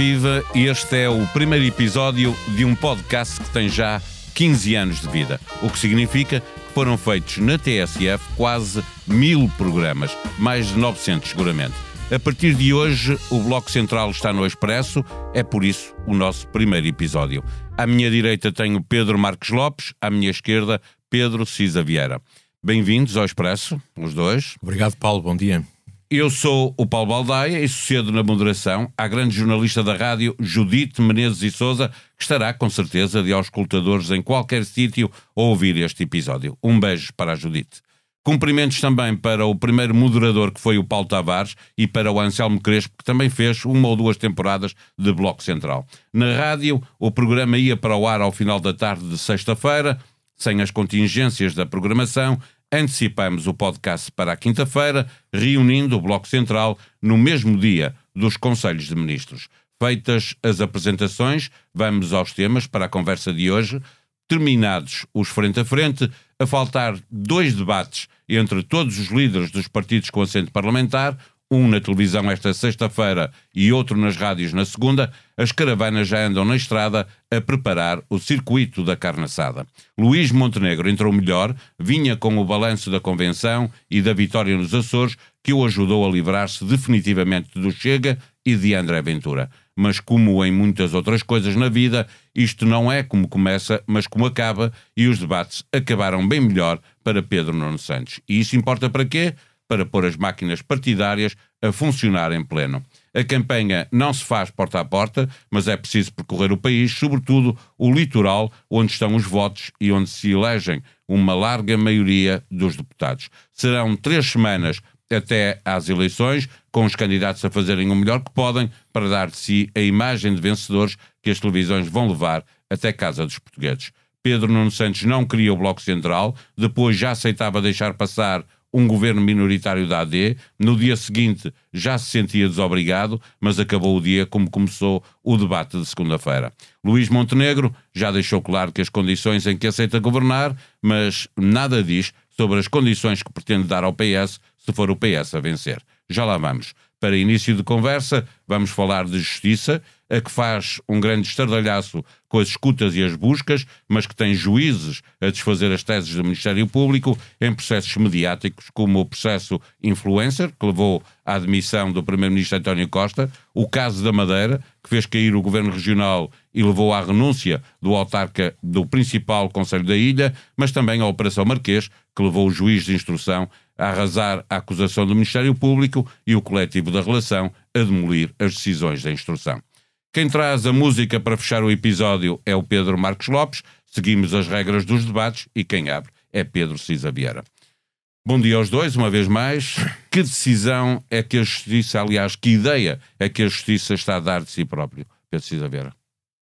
Viva, este é o primeiro episódio de um podcast que tem já 15 anos de vida, o que significa que foram feitos na TSF quase 1000 programas, mais de 900 seguramente. A partir de hoje, o Bloco Central está no Expresso, é por isso o nosso primeiro episódio. À minha direita tenho Pedro Marques Lopes, à minha esquerda Pedro Cisa Vieira. Bem-vindos ao Expresso, os dois. Obrigado, Paulo, bom dia. Eu sou o Paulo Baldaia e sucedo na moderação à grande jornalista da rádio Judite Menezes e Sousa, que estará, com certeza, de auscultadores em qualquer sítio a ouvir este episódio. Um beijo para a Judite. Cumprimentos também para o primeiro moderador, que foi o Paulo Tavares, e para o Anselmo Crespo, que também fez 1 ou 2 temporadas de Bloco Central. Na rádio, o programa ia para o ar ao final da tarde de sexta-feira, sem as contingências da programação. Antecipamos o podcast para a quinta-feira, reunindo o Bloco Central no mesmo dia dos Conselhos de Ministros. Feitas as apresentações, vamos aos temas para a conversa de hoje. Terminados os frente a frente, a faltar 2 debates entre todos os líderes dos partidos com assento parlamentar, um na televisão esta sexta-feira e outro nas rádios na segunda, as caravanas já andam na estrada a preparar o circuito da carne assada. Luís Montenegro entrou melhor, vinha com o balanço da convenção e da vitória nos Açores, que o ajudou a livrar-se definitivamente do Chega e de André Ventura. Mas como em muitas outras coisas na vida, isto não é como começa, mas como acaba, e os debates acabaram bem melhor para Pedro Nuno Santos. E isso importa para quê? Para pôr as máquinas partidárias a funcionar em pleno. A campanha não se faz porta a porta, mas é preciso percorrer o país, sobretudo o litoral, onde estão os votos e onde se elegem uma larga maioria dos deputados. Serão 3 semanas até às eleições, com os candidatos a fazerem o melhor que podem para dar de si a imagem de vencedores que as televisões vão levar até casa dos portugueses. Pedro Nuno Santos não queria o Bloco Central, depois já aceitava deixar passar um governo minoritário da AD, no dia seguinte já se sentia desobrigado, mas acabou o dia como começou o debate de segunda-feira. Luís Montenegro já deixou claro que as condições em que aceita governar, mas nada diz sobre as condições que pretende dar ao PS se for o PS a vencer. Já lá vamos. Para início de conversa, vamos falar de justiça, a que faz um grande estardalhaço com as escutas e as buscas, mas que tem juízes a desfazer as teses do Ministério Público em processos mediáticos, como o processo Influencer, que levou à admissão do Primeiro-Ministro António Costa, o caso da Madeira, que fez cair o Governo Regional e levou à renúncia do autarca do principal concelho da ilha, mas também a Operação Marquês, que levou o juiz de instrução a arrasar a acusação do Ministério Público e o coletivo da relação a demolir as decisões da instrução. Quem traz a música para fechar o episódio é o Pedro Marques Lopes, seguimos as regras dos debates e quem abre é Pedro Cisa Vieira. Bom dia aos dois, uma vez mais. Que decisão é que a Justiça, aliás, que ideia é que a Justiça está a dar de si próprio, Pedro Cisa Vieira?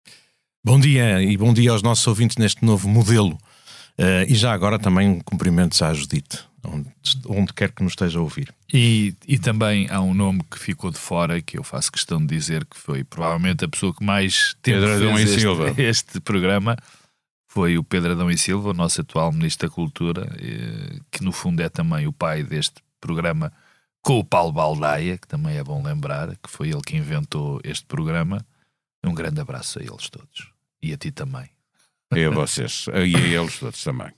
Bom dia e bom dia aos nossos ouvintes neste novo modelo. E já agora também cumprimentos à Judite, onde quer que nos esteja a ouvir. E também há um nome que ficou de fora, que eu faço questão de dizer que foi provavelmente a pessoa que mais tempo fez este programa, foi o Pedro Adão e Silva, o nosso atual Ministro da Cultura, que no fundo é também o pai deste programa, com o Paulo Baldaia, que também é bom lembrar, que foi ele que inventou este programa. Um grande abraço a eles todos. E a ti também. E a vocês. E a eles todos também.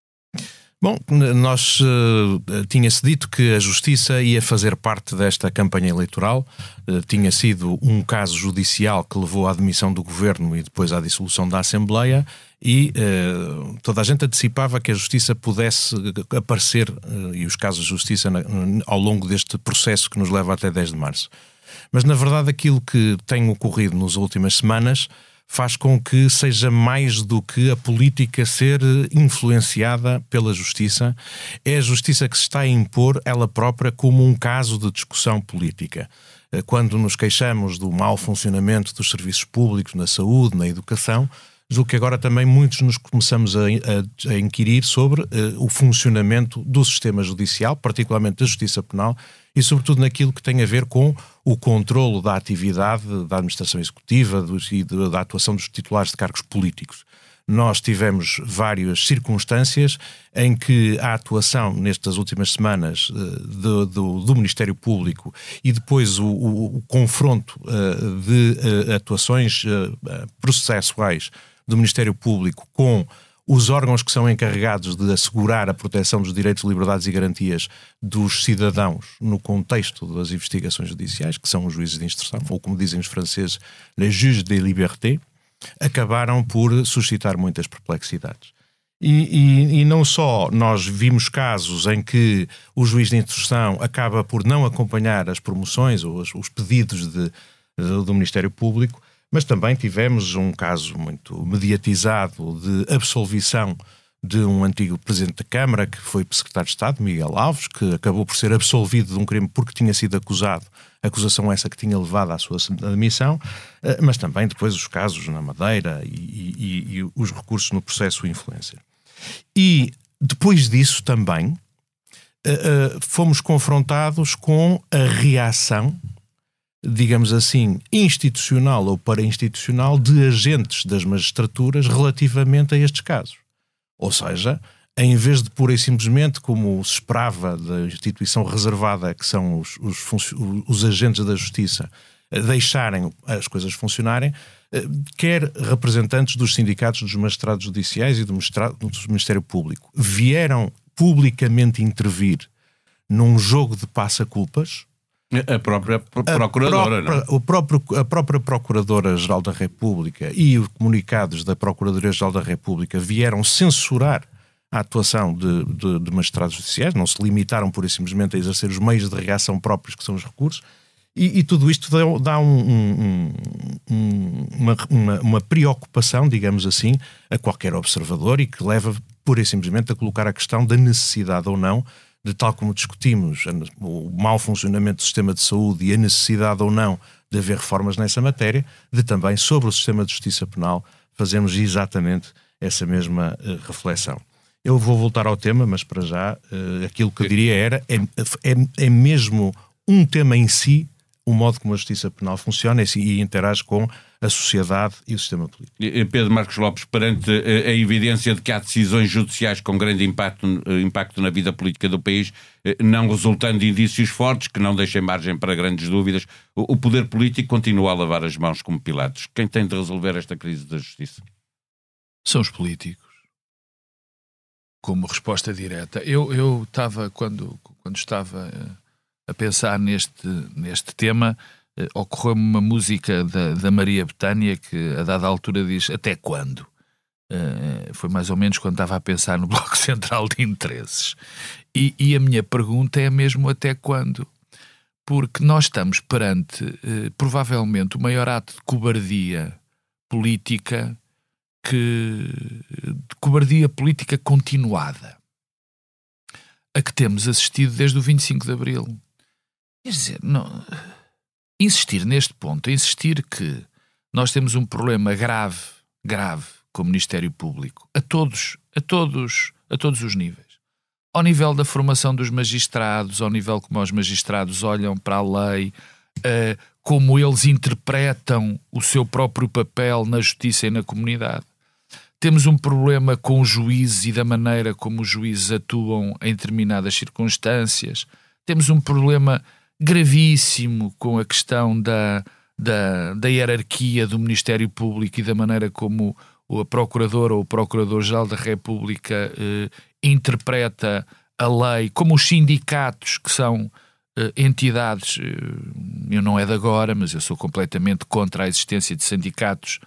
Bom, nós tinha-se dito que a Justiça ia fazer parte desta campanha eleitoral. Tinha sido um caso judicial que levou à admissão do Governo e depois à dissolução da Assembleia e toda a gente antecipava que a Justiça pudesse aparecer, e os casos de Justiça ao longo deste processo que nos leva até 10 de março. Mas, na verdade, aquilo que tem ocorrido nas últimas semanas faz com que seja mais do que a política ser influenciada pela Justiça. É a Justiça que se está a impor ela própria como um caso de discussão política. Quando nos queixamos do mau funcionamento dos serviços públicos na saúde, na educação, julgo que agora também muitos nos começamos a inquirir sobre o funcionamento do sistema judicial, particularmente da Justiça Penal, e sobretudo naquilo que tem a ver com o controlo da atividade da administração executiva e da atuação dos titulares de cargos políticos. nós tivemos várias circunstâncias em que a atuação nestas últimas semanas do Ministério Público e depois o confronto de atuações processuais do Ministério Público com os órgãos que são encarregados de assegurar a proteção dos direitos, liberdades e garantias dos cidadãos no contexto das investigações judiciais, que são os juízes de instrução, ou como dizem os franceses, les juges de liberté, acabaram por suscitar muitas perplexidades. E não só nós vimos casos em que o juiz de instrução acaba por não acompanhar as promoções ou os pedidos do Ministério Público, mas também tivemos um caso muito mediatizado de absolvição de um antigo Presidente da Câmara, que foi Secretário de Estado, Miguel Alves, que acabou por ser absolvido de um crime porque tinha sido acusado, acusação essa que tinha levado à sua admissão, mas também depois os casos na Madeira e os recursos no processo influencer. E depois disso também fomos confrontados com a reação, digamos assim, institucional ou parainstitucional de agentes das magistraturas relativamente a estes casos. Ou seja, em vez de pura e simplesmente, como se esperava da instituição reservada, que são os agentes da justiça, deixarem as coisas funcionarem, quer representantes dos sindicatos dos magistrados judiciais e do Ministério Público vieram publicamente intervir num jogo de passa-culpas. A própria Procuradora, não? A própria Procuradora-Geral da República e os comunicados da Procuradoria-Geral da República vieram censurar a atuação de magistrados judiciais, não se limitaram pura e simplesmente a exercer os meios de reação próprios, que são os recursos, e tudo isto dá uma preocupação, digamos assim, a qualquer observador e que leva pura e simplesmente a colocar a questão da necessidade ou não de, tal como discutimos o mau funcionamento do sistema de saúde e a necessidade ou não de haver reformas nessa matéria, de também sobre o sistema de justiça penal fazermos exatamente essa mesma reflexão. Eu vou voltar ao tema, mas para já aquilo que eu diria é mesmo um tema em si, o modo como a justiça penal funciona e interage com a sociedade e o sistema político. Pedro Marcos Lopes, perante a evidência de que há decisões judiciais com grande impacto na vida política do país, não resultando de indícios fortes, que não deixem margem para grandes dúvidas, o poder político continua a lavar as mãos como Pilatos. Quem tem de resolver esta crise da justiça? São os políticos. Como resposta direta. Eu estava, quando estava a pensar neste tema, ocorreu-me uma música da Maria Bethânia que a dada altura diz até quando? Foi mais ou menos quando estava a pensar no Bloco Central de Interesses. E a minha pergunta é mesmo até quando? Porque nós estamos perante provavelmente o maior ato de cobardia política continuada a que temos assistido desde o 25 de Abril. Quer dizer, não, insistir neste ponto, insistir que nós temos um problema grave com o Ministério Público, a todos os níveis. Ao nível da formação dos magistrados, ao nível como os magistrados olham para a lei, como eles interpretam o seu próprio papel na justiça e na comunidade. Temos um problema com os juízes e da maneira como os juízes atuam em determinadas circunstâncias. Temos um problema gravíssimo com a questão da hierarquia do Ministério Público e da maneira como a Procuradora ou o Procurador-Geral da República interpreta a lei, como os sindicatos, que são entidades, eu não é de agora, mas eu sou completamente contra a existência de sindicatos,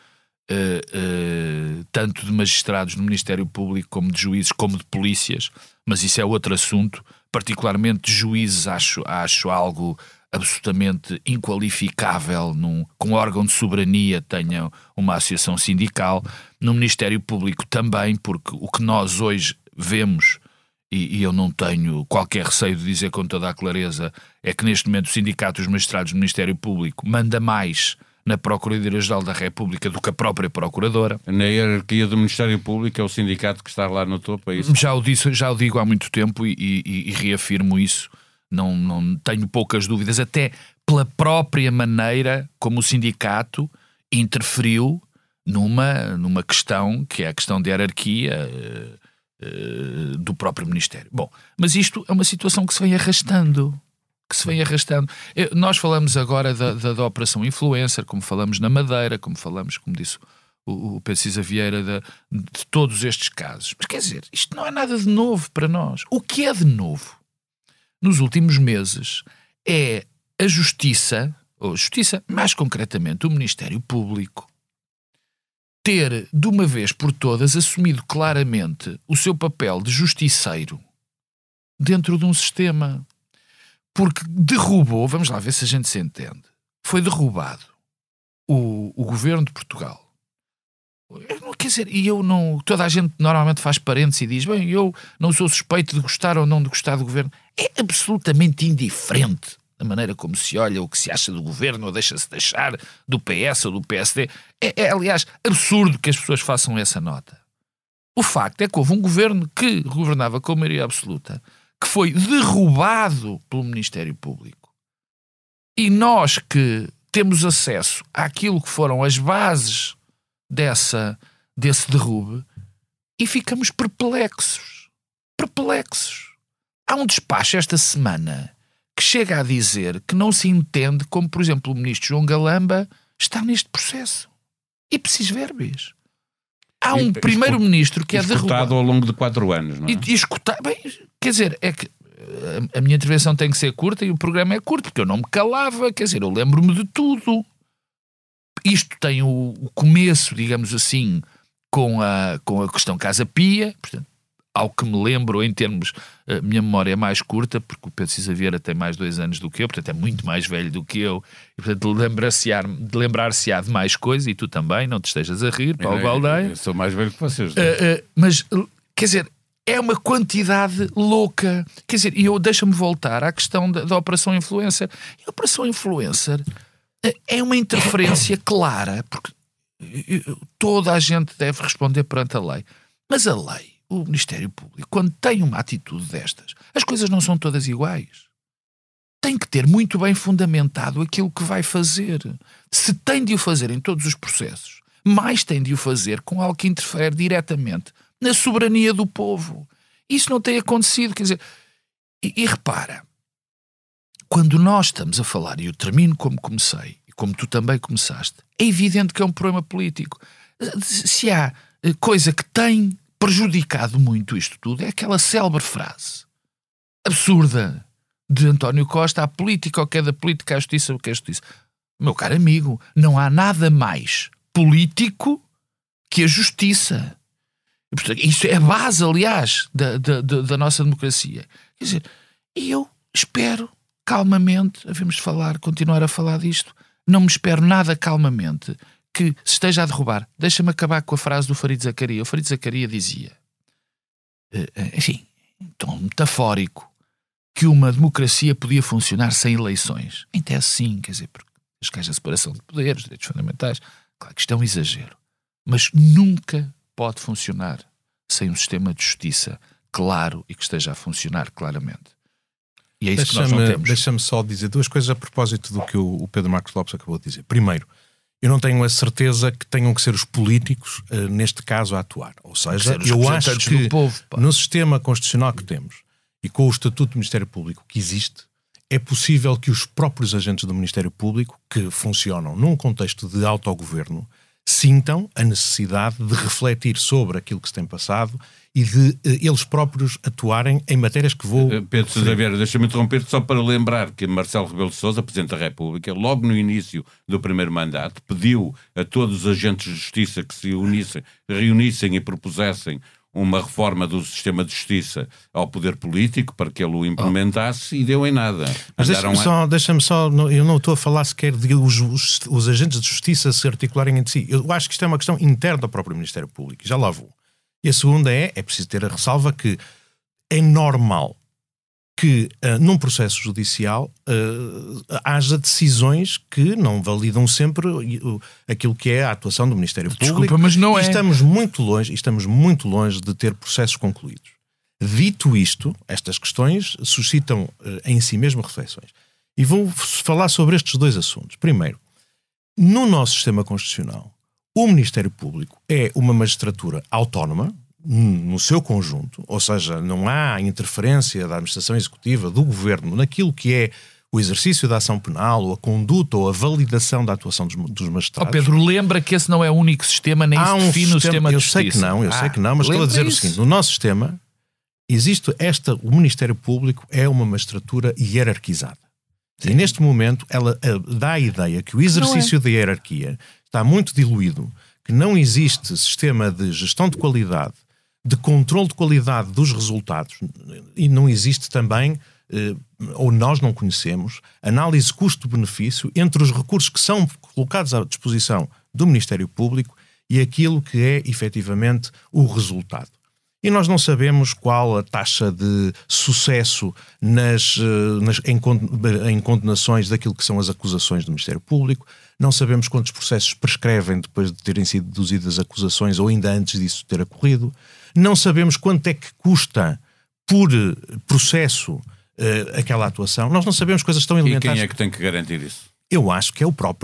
tanto de magistrados no Ministério Público como de juízes, como de polícias, mas isso é outro assunto. Particularmente de juízes acho algo absolutamente inqualificável com órgão de soberania tenham uma associação sindical. No Ministério Público também, porque o que nós hoje vemos, e eu não tenho qualquer receio de dizer com toda a clareza, é que neste momento o Sindicato dos Magistrados do Ministério Público manda mais na Procuradoria-Geral da República do que a própria Procuradora. Na hierarquia do Ministério Público é o sindicato que está lá no topo, é isso? Já o digo há muito tempo e reafirmo isso. Não tenho poucas dúvidas, até pela própria maneira como o sindicato interferiu numa questão que é a questão de hierarquia do próprio Ministério. Bom, mas isto é uma situação que se vem arrastando. Nós falamos agora da Operação Influencer, como falamos na Madeira, como disse o Pedro Cisa Vieira, de todos estes casos. Mas quer dizer, isto não é nada de novo para nós. O que é de novo nos últimos meses é a Justiça, ou Justiça, mais concretamente o Ministério Público, ter, de uma vez por todas, assumido claramente o seu papel de justiceiro dentro de um sistema. Porque derrubou, vamos lá ver se a gente se entende, foi derrubado o governo de Portugal. Quer dizer, toda a gente normalmente faz parênteses e diz, bem, eu não sou suspeito de gostar ou não de gostar do governo. É absolutamente indiferente a maneira como se olha, o que se acha do governo ou deixa-se deixar do PS ou do PSD. Aliás, absurdo que as pessoas façam essa nota. O facto é que houve um governo que governava com maioria absoluta, que foi derrubado pelo Ministério Público. E nós que temos acesso àquilo que foram as bases desse derrube e ficamos perplexos. Há um despacho esta semana que chega a dizer que não se entende como, por exemplo, o ministro João Galamba está neste processo. E preciso verbis. Há um primeiro-ministro que é derrubado ao longo de 4 anos, não é? Quer dizer, é que a minha intervenção tem que ser curta e o programa é curto, porque eu não me calava, quer dizer, eu lembro-me de tudo. Isto tem o começo, digamos assim, com a questão Casa Pia, portanto, ao que me lembro em termos, a minha memória é mais curta, porque o Pedro Cisa Vieira tem mais 2 anos do que eu, portanto é muito mais velho do que eu, e portanto lembrar-se-á de mais coisas, e tu também, não te estejas a rir, Paulo Baldaia. Eu sou mais velho que vocês. Mas, quer dizer, é uma quantidade louca. Quer dizer, e deixa-me voltar à questão da Operação Influencer. A Operação Influencer é uma interferência clara, porque toda a gente deve responder perante a lei. Mas a lei, o Ministério Público, quando tem uma atitude destas, as coisas não são todas iguais. Tem que ter muito bem fundamentado aquilo que vai fazer. Se tem de o fazer em todos os processos, mais tem de o fazer com algo que interfere diretamente na soberania do povo. Isso não tem acontecido, quer dizer... E repara, quando nós estamos a falar, e eu termino como comecei, e como tu também começaste, é evidente que é um problema político. Se há coisa que tem prejudicado muito isto tudo, é aquela célebre frase absurda de António Costa: a política, o que é da política, a justiça, o que é a justiça. Meu caro amigo, não há nada mais político que a justiça. E, portanto, isso é a base, aliás, da nossa democracia. Quer dizer, eu espero calmamente, havemos de continuar a falar disto, não me espero nada calmamente que se esteja a derrubar. Deixa-me acabar com a frase do Farid Zakaria. O Farid Zakaria dizia, enfim, em tom metafórico, que uma democracia podia funcionar sem eleições. Em tese sim, quer dizer, porque as questões da separação de poderes, direitos fundamentais, claro que isto é um exagero. Mas nunca pode funcionar sem um sistema de justiça claro e que esteja a funcionar claramente. E é isso que nós não temos. Deixa-me só dizer 2 coisas a propósito do que o Pedro Marcos Lopes acabou de dizer. Primeiro, eu não tenho a certeza que tenham que ser os políticos, neste caso, a atuar. Ou seja, eu acho que no sistema constitucional que temos e com o Estatuto do Ministério Público que existe, é possível que os próprios agentes do Ministério Público, que funcionam num contexto de autogoverno, sintam a necessidade de refletir sobre aquilo que se tem passado e de eles próprios atuarem em matérias que vou... Pedro Cisa Vieira, deixa-me interromper só para lembrar que Marcelo Rebelo de Sousa, Presidente da República, logo no início do primeiro mandato, pediu a todos os agentes de justiça que se reunissem e propusessem uma reforma do sistema de justiça ao poder político para que ele o implementasse e deu em nada. Mas deixa-me só, eu não estou a falar sequer de os agentes de justiça se articularem entre si. Eu acho que isto é uma questão interna ao próprio Ministério Público. Já lá vou. E a segunda é preciso ter a ressalva que é normal que num processo judicial haja decisões que não validam sempre aquilo que é a atuação do Ministério Público. Desculpa, mas não é. Estamos muito longe de ter processos concluídos. Dito isto, estas questões suscitam em si mesmo reflexões. E vou falar sobre estes 2 assuntos. Primeiro, no nosso sistema constitucional, O Ministério Público é uma magistratura autónoma, no seu conjunto, ou seja, não há interferência da administração executiva, do governo, naquilo que é o exercício da ação penal, ou a conduta, ou a validação da atuação dos magistrados. Pedro, lembra que esse não é o único sistema, nem se define o sistema de justiça. Eu sei que não, mas estou a dizer o seguinte, no nosso sistema, existe o Ministério Público é uma magistratura hierarquizada. E neste momento ela dá a ideia que o exercício da hierarquia está muito diluído, que não existe sistema de gestão de qualidade, de controle de qualidade dos resultados, e não existe também, ou nós não conhecemos, análise custo-benefício entre os recursos que são colocados à disposição do Ministério Público e aquilo que é efetivamente o resultado. E nós não sabemos qual a taxa de sucesso em condenações daquilo que são as acusações do Ministério Público, não sabemos quantos processos prescrevem depois de terem sido deduzidas acusações ou ainda antes disso ter ocorrido, não sabemos quanto é que custa por processo aquela atuação, nós não sabemos coisas tão elementares. E quem é que tem que garantir isso? Eu acho que é o próprio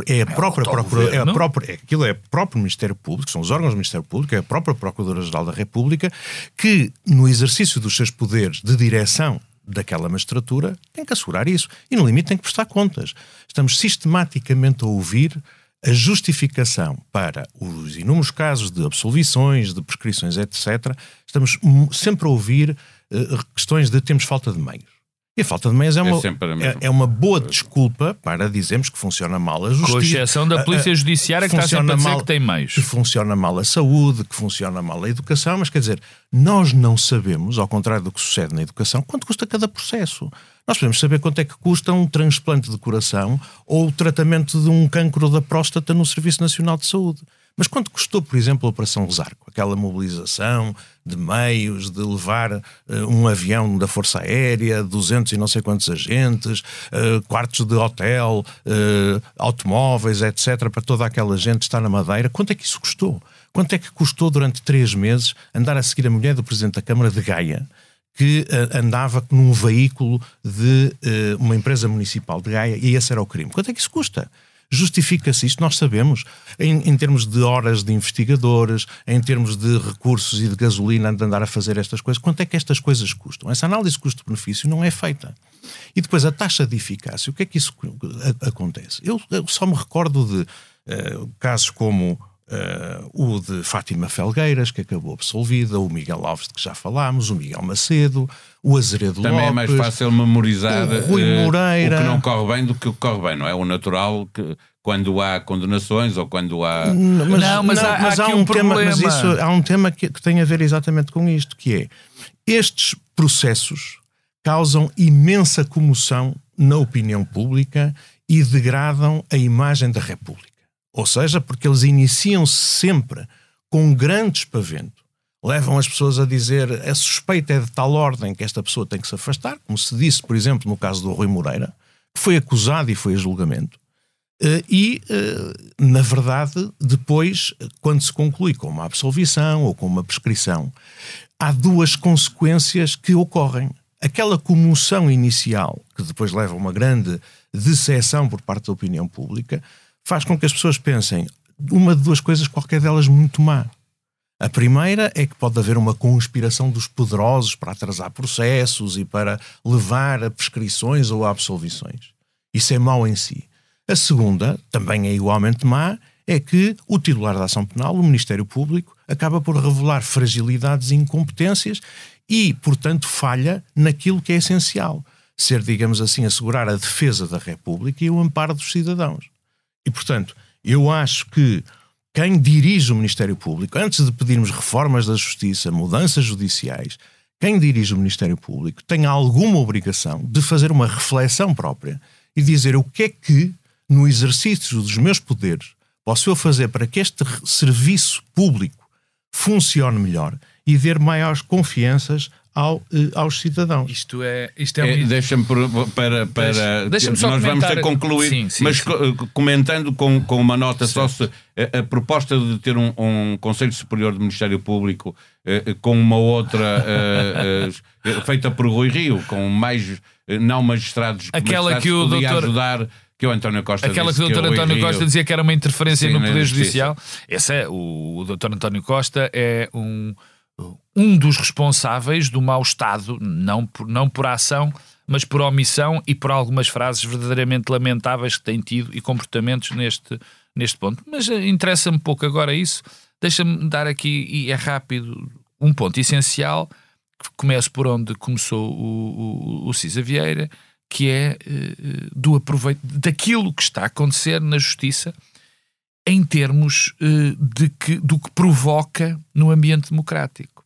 Ministério Público, são os órgãos do Ministério Público, é a própria Procuradora-Geral da República, que no exercício dos seus poderes de direção daquela magistratura tem que assegurar isso e no limite tem que prestar contas. Estamos sistematicamente a ouvir a justificação para os inúmeros casos de absolvições, de prescrições, etc. Estamos sempre a ouvir questões de temos falta de meios. E a falta de meios é uma boa desculpa para dizermos que funciona mal a justiça. Com exceção da Polícia Judiciária, que está sempre a dizer que tem meios. Que funciona mal a saúde, que funciona mal a educação, mas quer dizer, nós não sabemos, ao contrário do que sucede na educação, quanto custa cada processo. Nós podemos saber quanto é que custa um transplante de coração ou o tratamento de um cancro da próstata no Serviço Nacional de Saúde. Mas quanto custou, por exemplo, a Operação Resarco? Aquela mobilização de meios, de levar um avião da Força Aérea, 200 e não sei quantos agentes, quartos de hotel, automóveis, etc., para toda aquela gente estar na Madeira. Quanto é que isso custou? Quanto é que custou durante 3 meses andar a seguir a mulher do Presidente da Câmara de Gaia, que andava num veículo de uma empresa municipal de Gaia, e esse era o crime? Quanto é que isso custa? Justifica-se isto? Nós sabemos, em termos de horas de investigadores, em termos de recursos e de gasolina de andar a fazer estas coisas, quanto é que estas coisas custam? Essa análise custo-benefício não é feita. E depois a taxa de eficácia, o que é que isso acontece? Eu só me recordo de casos como o de Fátima Felgueiras, que acabou absolvida, o Miguel Alves, de que já falámos, o Miguel Macedo, o Azeredo Também Lopes, é mais fácil memorizar o Rui Moreira, o que não corre bem do que o que corre bem, não é? O natural, que quando há condenações ou quando há... Mas há um tema, problema. mas isso, há um tema que tem a ver exatamente com isto, que é, estes processos causam imensa comoção na opinião pública e degradam a imagem da República. Ou seja, porque eles iniciam-se sempre com um grande espavento. Levam as pessoas a dizer a suspeita é de tal ordem que esta pessoa tem que se afastar, como se disse, por exemplo, no caso do Rui Moreira, que foi acusado e foi a julgamento. Na verdade, depois, quando se conclui com uma absolvição ou com uma prescrição, há 2 consequências que ocorrem. Aquela comoção inicial, que depois leva a uma grande decepção por parte da opinião pública, faz com que as pessoas pensem uma de 2 coisas, qualquer delas muito má. A primeira é que pode haver uma conspiração dos poderosos para atrasar processos e para levar a prescrições ou a absolvições. Isso é mau em si. A segunda, também é igualmente má, é que o titular da ação penal, o Ministério Público, acaba por revelar fragilidades e incompetências e, portanto, falha naquilo que é essencial. Ser, digamos assim, assegurar a defesa da República e o amparo dos cidadãos. E, portanto, eu acho que quem dirige o Ministério Público, antes de pedirmos reformas da Justiça, mudanças judiciais, quem dirige o Ministério Público tem alguma obrigação de fazer uma reflexão própria e dizer o que é que, no exercício dos meus poderes, posso eu fazer para que este serviço público funcione melhor e dê maiores confianças aos cidadãos. Isto é Deixa-me só nós vamos ter concluído, sim, mas comentando com uma nota, só se a proposta de ter um Conselho Superior do Ministério Público com uma outra feita por Rui Rio, com mais não magistrados, aquela que o podia doutor ajudar que o António Costa aquela disse que o Dr. António Costa dizia que era uma interferência no Poder Judicial. Esse é o Dr. António Costa, é um dos responsáveis do mau estado, não por ação, mas por omissão e por algumas frases verdadeiramente lamentáveis que tem tido e comportamentos neste ponto. Mas interessa-me pouco agora isso. Deixa-me dar aqui, e é rápido, um ponto essencial, que começo por onde começou o Cisa Vieira, que é do aproveito daquilo que está a acontecer na Justiça em termos do que provoca no ambiente democrático.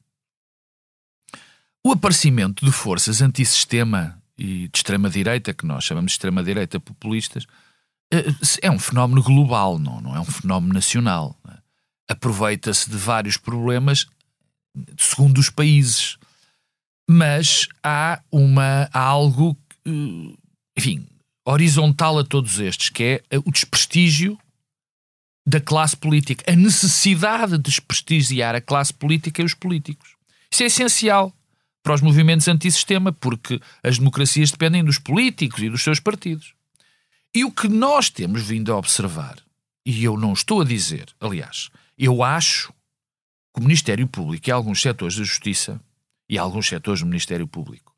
O aparecimento de forças antissistema e de extrema-direita, que nós chamamos de extrema-direita populistas, é um fenómeno global, não é um fenómeno nacional. Aproveita-se de vários problemas segundo os países. Mas há algo, enfim, horizontal a todos estes, que é o desprestígio da classe política, a necessidade de desprestigiar a classe política e os políticos. Isso é essencial para os movimentos antissistema, porque as democracias dependem dos políticos e dos seus partidos. E o que nós temos vindo a observar, e eu não estou a dizer, aliás, eu acho que o Ministério Público e alguns setores da Justiça e alguns setores do Ministério Público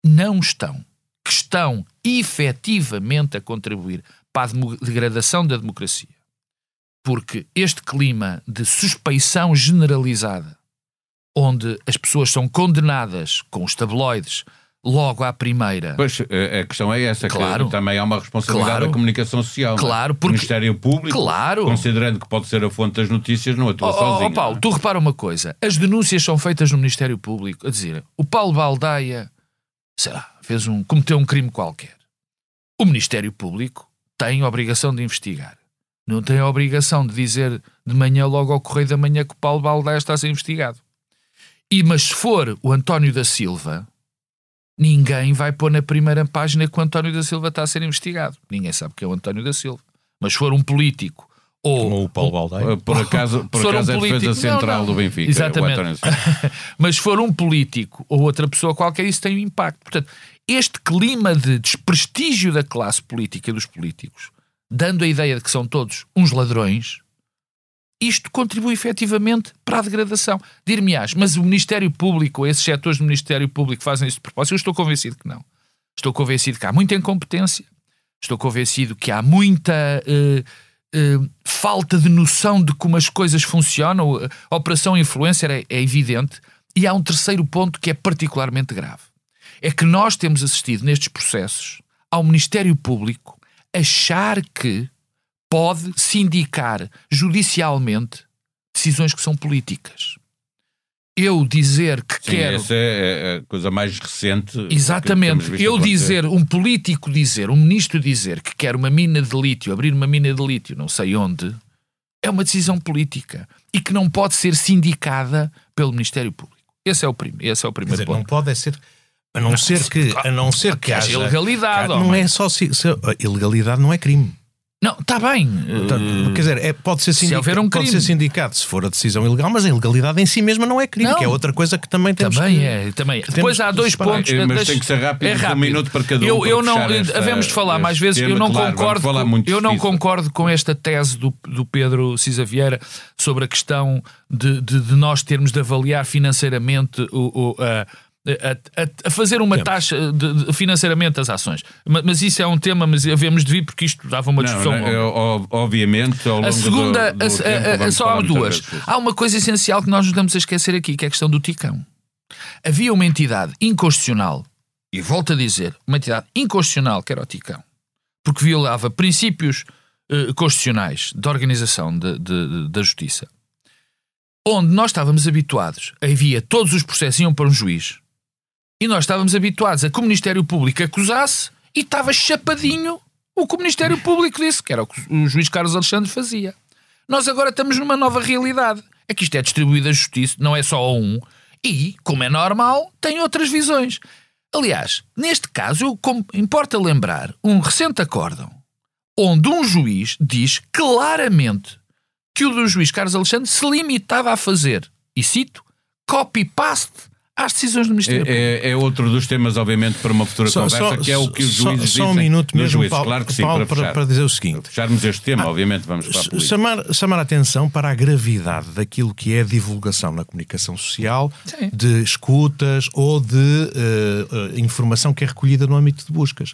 estão efetivamente a contribuir para a degradação da democracia. Porque este clima de suspeição generalizada, onde as pessoas são condenadas com os tabloides logo à primeira... Pois, a questão é essa, claro, que também há uma responsabilidade da comunicação social. Claro, porque... O Ministério Público, considerando que pode ser a fonte das notícias, não atua sozinho. Paulo, tu repara uma coisa, as denúncias são feitas no Ministério Público, a dizer, o Paulo Baldaia, sei lá, cometeu um crime qualquer. O Ministério Público tem a obrigação de investigar. Não tem a obrigação de dizer de manhã logo ao Correio da Manhã que o Paulo Baldaia está a ser investigado. Mas se for o António da Silva, ninguém vai pôr na primeira página que o António da Silva está a ser investigado. Ninguém sabe que é o António da Silva. Mas se for um político ou o Paulo Baldaia, por acaso é a defesa central do Benfica. Exatamente. Mas se for um político ou outra pessoa qualquer, isso tem um impacto. Portanto, este clima de desprestígio da classe política e dos políticos, dando a ideia de que são todos uns ladrões, isto contribui efetivamente para a degradação. Dir-me-ás, mas o Ministério Público, esses setores do Ministério Público fazem isso de propósito? Eu estou convencido que não. Estou convencido que há muita incompetência, estou convencido que há muita falta de noção de como as coisas funcionam. A Operação Influencer é evidente. E há um terceiro ponto que é particularmente grave. É que nós temos assistido nestes processos ao Ministério Público achar que pode sindicar judicialmente decisões que são políticas. Eu dizer que quero... Essa é a coisa mais recente. Exatamente. Eu dizer, um político dizer, um ministro dizer que quer uma mina de lítio, abrir uma mina de lítio, não sei onde, é uma decisão política e que não pode ser sindicada pelo Ministério Público. Esse é o primeiro ponto. Não pode ser... A não ser que haja ilegalidade. Não é só ilegalidade, não é crime. Não, está bem. Quer dizer, pode ser sindicado se for a decisão ilegal, mas a ilegalidade em si mesma não é crime, que é outra coisa que também temos Também. Depois há dois pontos. Mas tem que ser rápido, um minuto para cada um. Havemos de falar mais vezes. Eu não concordo com esta tese do Pedro Cisa Vieira sobre a questão de nós termos de avaliar financeiramente a fazer uma taxa financeiramente as ações. Mas isso é um tema, mas havemos de vir porque isto dava uma discussão. Obviamente, ao longo a segunda, do tempo, só há duas. Há uma coisa essencial que nós nos damos a esquecer aqui, que é a questão do Ticão. Havia uma entidade inconstitucional, e volto a dizer, uma entidade inconstitucional que era o Ticão, porque violava princípios constitucionais de organização da justiça, onde nós estávamos habituados, havia todos os processos iam para um juiz, e nós estávamos habituados a que o Ministério Público acusasse e estava chapadinho o que o Ministério Público disse, que era o que o juiz Carlos Alexandre fazia. Nós agora estamos numa nova realidade. É que isto é distribuído a justiça, não é só a um, e, como é normal, tem outras visões. Aliás, neste caso, importa lembrar um recente acórdão onde um juiz diz claramente que o do juiz Carlos Alexandre se limitava a fazer, e cito, copy-paste às decisões do Ministério Público. É outro dos temas, obviamente, para uma futura conversa, que é o que os juízes dizem. Só um minuto mesmo, juízes. Paulo, Claro que sim, Paulo, para dizer o seguinte. Para fecharmos este tema, obviamente, vamos para a política. Chamar a atenção para a gravidade daquilo que é a divulgação na comunicação social, sim, de escutas ou de informação que é recolhida no âmbito de buscas.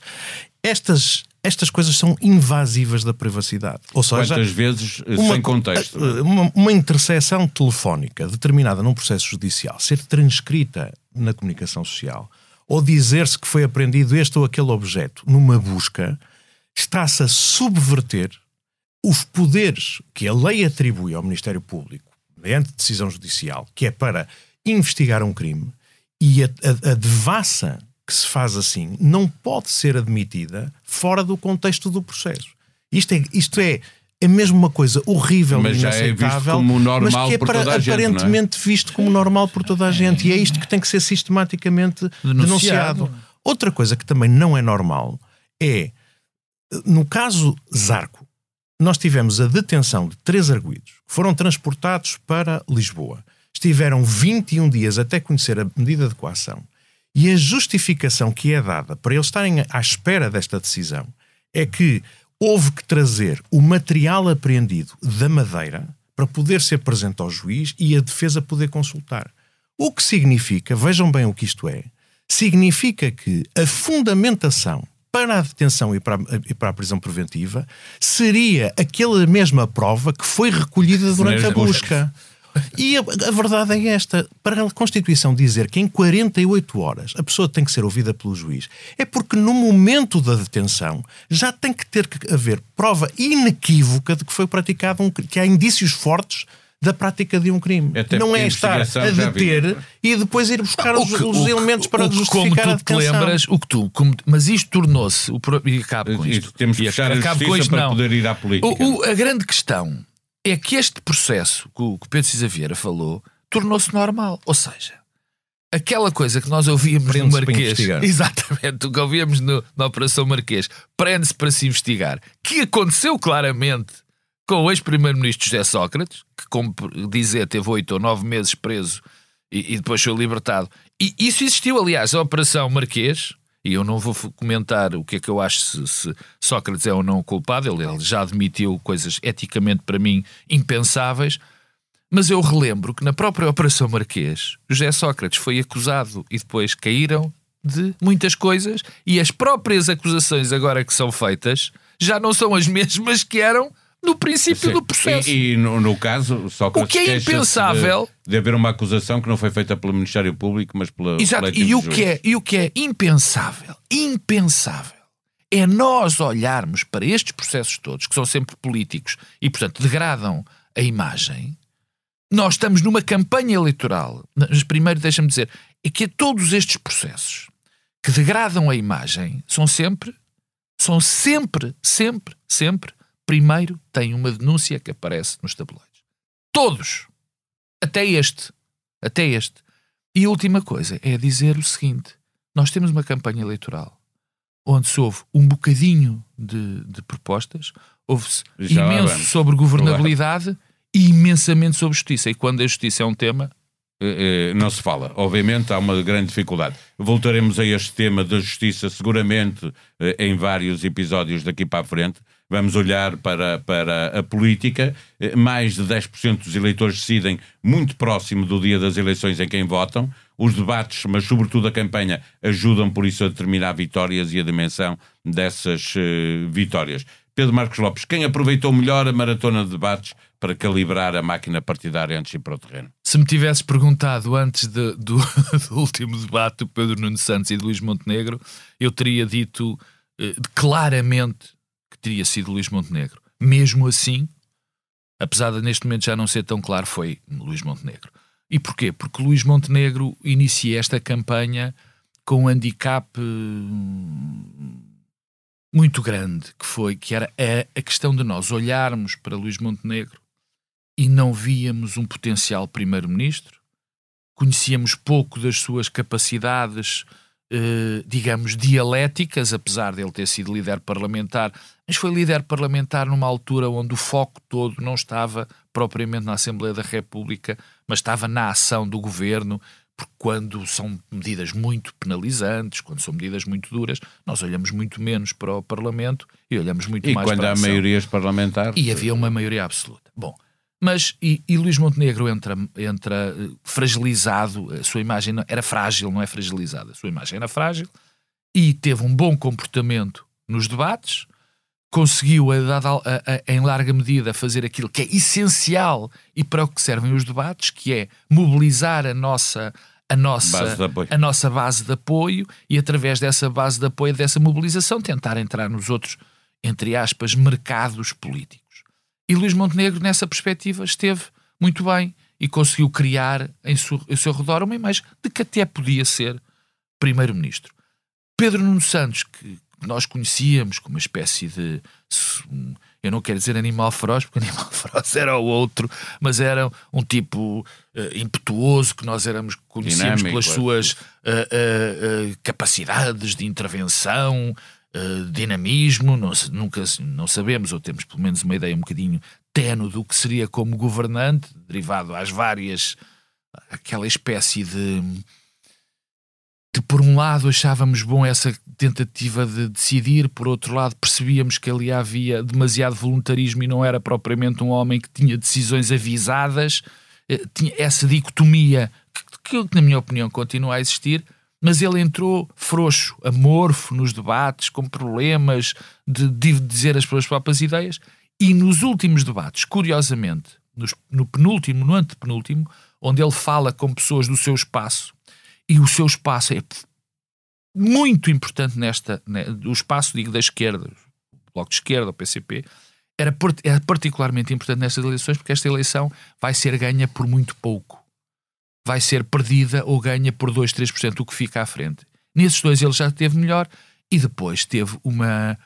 Estas coisas são invasivas da privacidade. Ou seja, quantas vezes sem contexto? Uma interseção telefónica determinada num processo judicial ser transcrita na comunicação social ou dizer-se que foi apreendido este ou aquele objeto numa busca, está-se a subverter os poderes que a lei atribui ao Ministério Público mediante decisão judicial, que é para investigar um crime, e a devassa que se faz assim não pode ser admitida fora do contexto do processo. Isto é mesmo uma coisa horrível e inaceitável, mas já é visto como normal, mas que é por toda a gente, aparentemente visto como normal por toda a gente. E é isto que tem que ser sistematicamente denunciado. Outra coisa que também não é normal é, no caso Zarco, nós tivemos a detenção de 3 arguidos que foram transportados para Lisboa. Estiveram 21 dias até conhecer a medida de coação. E a justificação que é dada para eles estarem à espera desta decisão é que houve que trazer o material apreendido da Madeira para poder ser presente ao juiz e a defesa poder consultar. O que significa, vejam bem o que isto é, significa que a fundamentação para a detenção e para a prisão preventiva seria aquela mesma prova que foi recolhida durante a busca. E a verdade é esta: para a Constituição dizer que em 48 horas a pessoa tem que ser ouvida pelo juiz, é porque no momento da detenção já tem que ter que haver prova inequívoca de que foi praticado um crime, que há indícios fortes da prática de um crime. Até não é estar a deter e depois ir buscar os elementos para justificar a detenção. Como tu te lembras, mas isto tornou-se, e acabo com isto. Temos que fechar a justiça para poder ir à política. A grande questão é que este processo que o Pedro Cisa Vieira falou tornou-se normal. Ou seja, aquela coisa que nós ouvíamos no Marquês, exatamente, o que ouvíamos na Operação Marquês, prende-se para se investigar, que aconteceu claramente com o ex-primeiro-ministro José Sócrates, que, como dizer, teve 8 ou 9 meses preso e depois foi libertado. E isso existiu, aliás, a Operação Marquês. E eu não vou comentar o que é que eu acho se Sócrates é ou não culpado. Ele já admitiu coisas eticamente, para mim, impensáveis. Mas eu relembro que na própria Operação Marquês, José Sócrates foi acusado e depois caíram de muitas coisas. E as próprias acusações agora que são feitas já não são as mesmas que eram no princípio do processo. E no caso, Sócrates, o que é impensável de haver uma acusação que não foi feita pelo Ministério Público, mas pela Exato. E o que é impensável é nós olharmos para estes processos todos, que são sempre políticos e, portanto, degradam a imagem. Nós estamos numa campanha eleitoral. Mas primeiro, deixa-me dizer, é que todos estes processos que degradam a imagem são sempre, primeiro tem uma denúncia que aparece nos tabloides. Todos. Até este. E a última coisa é dizer o seguinte: nós temos uma campanha eleitoral onde se houve um bocadinho de propostas, houve-se imenso sobre governabilidade e imensamente sobre justiça. E quando a justiça é um tema, não se fala. Obviamente há uma grande dificuldade. Voltaremos a este tema da justiça seguramente em vários episódios daqui para a frente. Vamos olhar para a política. Mais de 10% dos eleitores decidem muito próximo do dia das eleições em quem votam. Os debates, mas sobretudo a campanha, ajudam por isso a determinar vitórias e a dimensão dessas vitórias. Pedro Marcos Lopes, quem aproveitou melhor a maratona de debates para calibrar a máquina partidária antes de ir para o terreno? Se me tivesses perguntado antes do último debate do Pedro Nuno Santos e de Luís Montenegro, eu teria dito claramente que teria sido Luís Montenegro. Mesmo assim, apesar de neste momento já não ser tão claro, foi Luís Montenegro. E porquê? Porque Luís Montenegro inicia esta campanha com um handicap muito grande, que era a questão de nós olharmos para Luís Montenegro e não víamos um potencial primeiro-ministro, conhecíamos pouco das suas capacidades, digamos, dialéticas, apesar de ele ter sido líder parlamentar, mas foi líder parlamentar numa altura onde o foco todo não estava propriamente na Assembleia da República, mas estava na ação do governo, porque quando são medidas muito penalizantes, quando são medidas muito duras, nós olhamos muito menos para o Parlamento e olhamos muito mais para a ação. E quando há maiorias parlamentares? E havia uma maioria absoluta. Bom, mas e Luís Montenegro entra fragilizado, a sua imagem era frágil, não é fragilizada, a sua imagem era frágil, e teve um bom comportamento nos debates, conseguiu, em larga medida, fazer aquilo que é essencial e para o que servem os debates, que é mobilizar a nossa base de apoio e, através dessa base de apoio, dessa mobilização, tentar entrar nos outros, entre aspas, mercados políticos. E Luís Montenegro, nessa perspectiva, esteve muito bem e conseguiu criar em seu redor uma imagem de que até podia ser primeiro-ministro. Pedro Nuno Santos, que nós conhecíamos como uma espécie de... Eu não quero dizer animal feroz, porque animal feroz era o outro, mas era um tipo impetuoso, que nós conhecíamos dinâmico, pelas suas capacidades de intervenção, dinamismo, não sabemos, ou temos pelo menos uma ideia um bocadinho ténue do que seria como governante, derivado às várias... aquela espécie de por um lado achávamos bom essa tentativa de decidir, por outro lado percebíamos que ali havia demasiado voluntarismo e não era propriamente um homem que tinha decisões avisadas, tinha essa dicotomia que na minha opinião continua a existir, mas ele entrou frouxo, amorfo nos debates, com problemas de dizer as suas próprias ideias, e nos últimos debates, curiosamente, no penúltimo, no antepenúltimo, onde ele fala com pessoas do seu espaço, e o seu espaço é muito importante o espaço, digo, da esquerda, o Bloco de Esquerda, o PCP, é particularmente importante nestas eleições, porque esta eleição vai ser ganha por muito pouco. Vai ser perdida ou ganha por 2, 3%, o que fica à frente. Nesses dois ele já teve melhor, e depois teve uma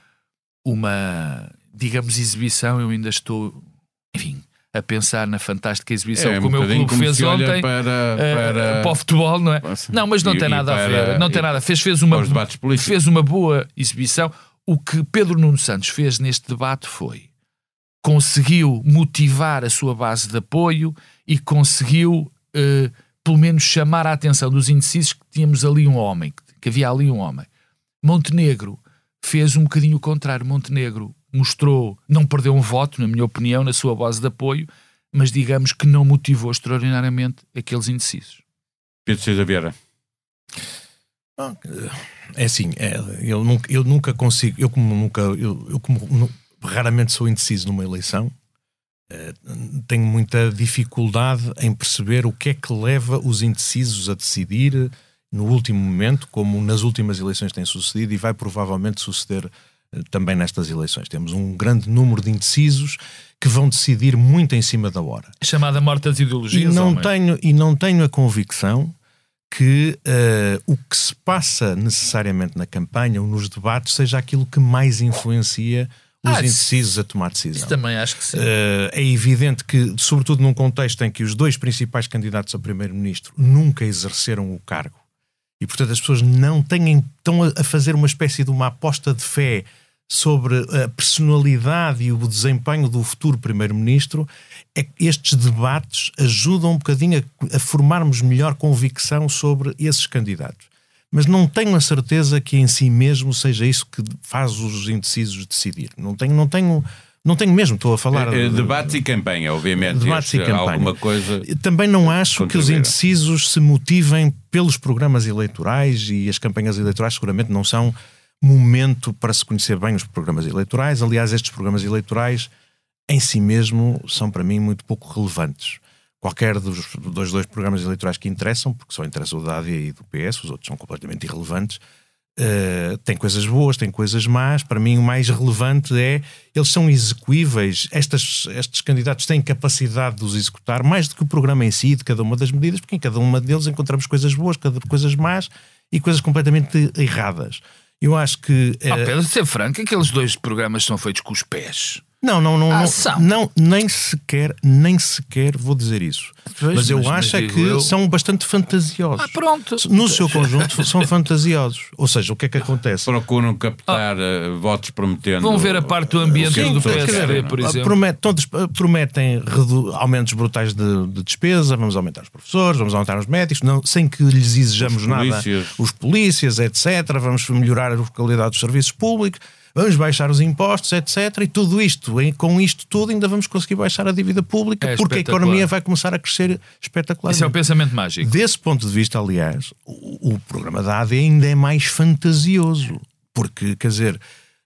digamos, exibição. Eu ainda estou, enfim, a pensar na fantástica exibição que o meu clube fez ontem para o futebol, não é? Não, mas não tem nada a ver. Não tem nada. Fez uma boa exibição. O que Pedro Nuno Santos fez neste debate foi conseguiu motivar a sua base de apoio e conseguiu, pelo menos, chamar a atenção dos indecisos que tínhamos ali um homem, que havia ali um homem. Montenegro fez um bocadinho o contrário. Montenegro mostrou, não perdeu um voto, na minha opinião, na sua base de apoio, mas digamos que não motivou extraordinariamente aqueles indecisos. Pedro César Vieira. É assim, eu nunca consigo, eu como raramente sou indeciso numa eleição, tenho muita dificuldade em perceber o que é que leva os indecisos a decidir no último momento, como nas últimas eleições tem sucedido e vai provavelmente suceder também nestas eleições. Temos um grande número de indecisos que vão decidir muito em cima da hora. Chamada morte das ideologias. E não tenho a convicção que o que se passa necessariamente na campanha ou nos debates seja aquilo que mais influencia os indecisos a tomar decisão. Isso também acho que sim. É evidente que, sobretudo num contexto em que os dois principais candidatos a primeiro-ministro nunca exerceram o cargo e, portanto, as pessoas estão a fazer uma espécie de uma aposta de fé sobre a personalidade e o desempenho do futuro primeiro-ministro, estes debates ajudam um bocadinho a formarmos melhor convicção sobre esses candidatos. Mas não tenho a certeza que em si mesmo seja isso que faz os indecisos decidir. Não tenho mesmo, estou a falar... Debates e campanha, obviamente. Debates e campanha. Alguma coisa... Também não acho que os indecisos se motivem pelos programas eleitorais, e as campanhas eleitorais seguramente não são momento para se conhecer bem os programas eleitorais. Aliás, estes programas eleitorais em si mesmo são para mim muito pouco relevantes. Qualquer dos dois programas eleitorais que interessam, porque só interessa o da AD e do PS, os outros são completamente irrelevantes, tem coisas boas, tem coisas más. Para mim o mais relevante é, eles são execuíveis, estes candidatos têm capacidade de os executar, mais do que o programa em si, de cada uma das medidas, porque em cada uma deles encontramos coisas boas, coisas más e coisas completamente erradas. Eu acho que... Pedro, de ser franco, aqueles dois programas são feitos com os pés. Não, nem sequer vou dizer isso. Mas eu acho que são bastante fantasiosos. Pronto. No seu conjunto são fantasiosos. Ou seja, o que é que acontece? Procuram captar votos prometendo... Vão ver a parte do ambiente do PSD, por exemplo. Prometem aumentos brutais de despesa, vamos aumentar os professores, vamos aumentar os médicos, sem que lhes exijamos nada. Os polícias, etc. Vamos melhorar a qualidade dos serviços públicos. Vamos baixar os impostos, etc. E tudo isto, com isto tudo, ainda vamos conseguir baixar a dívida pública, porque a economia vai começar a crescer espetacularmente. Esse é o pensamento mágico. Desse ponto de vista, aliás, o programa da AD ainda é mais fantasioso. Porque, quer dizer,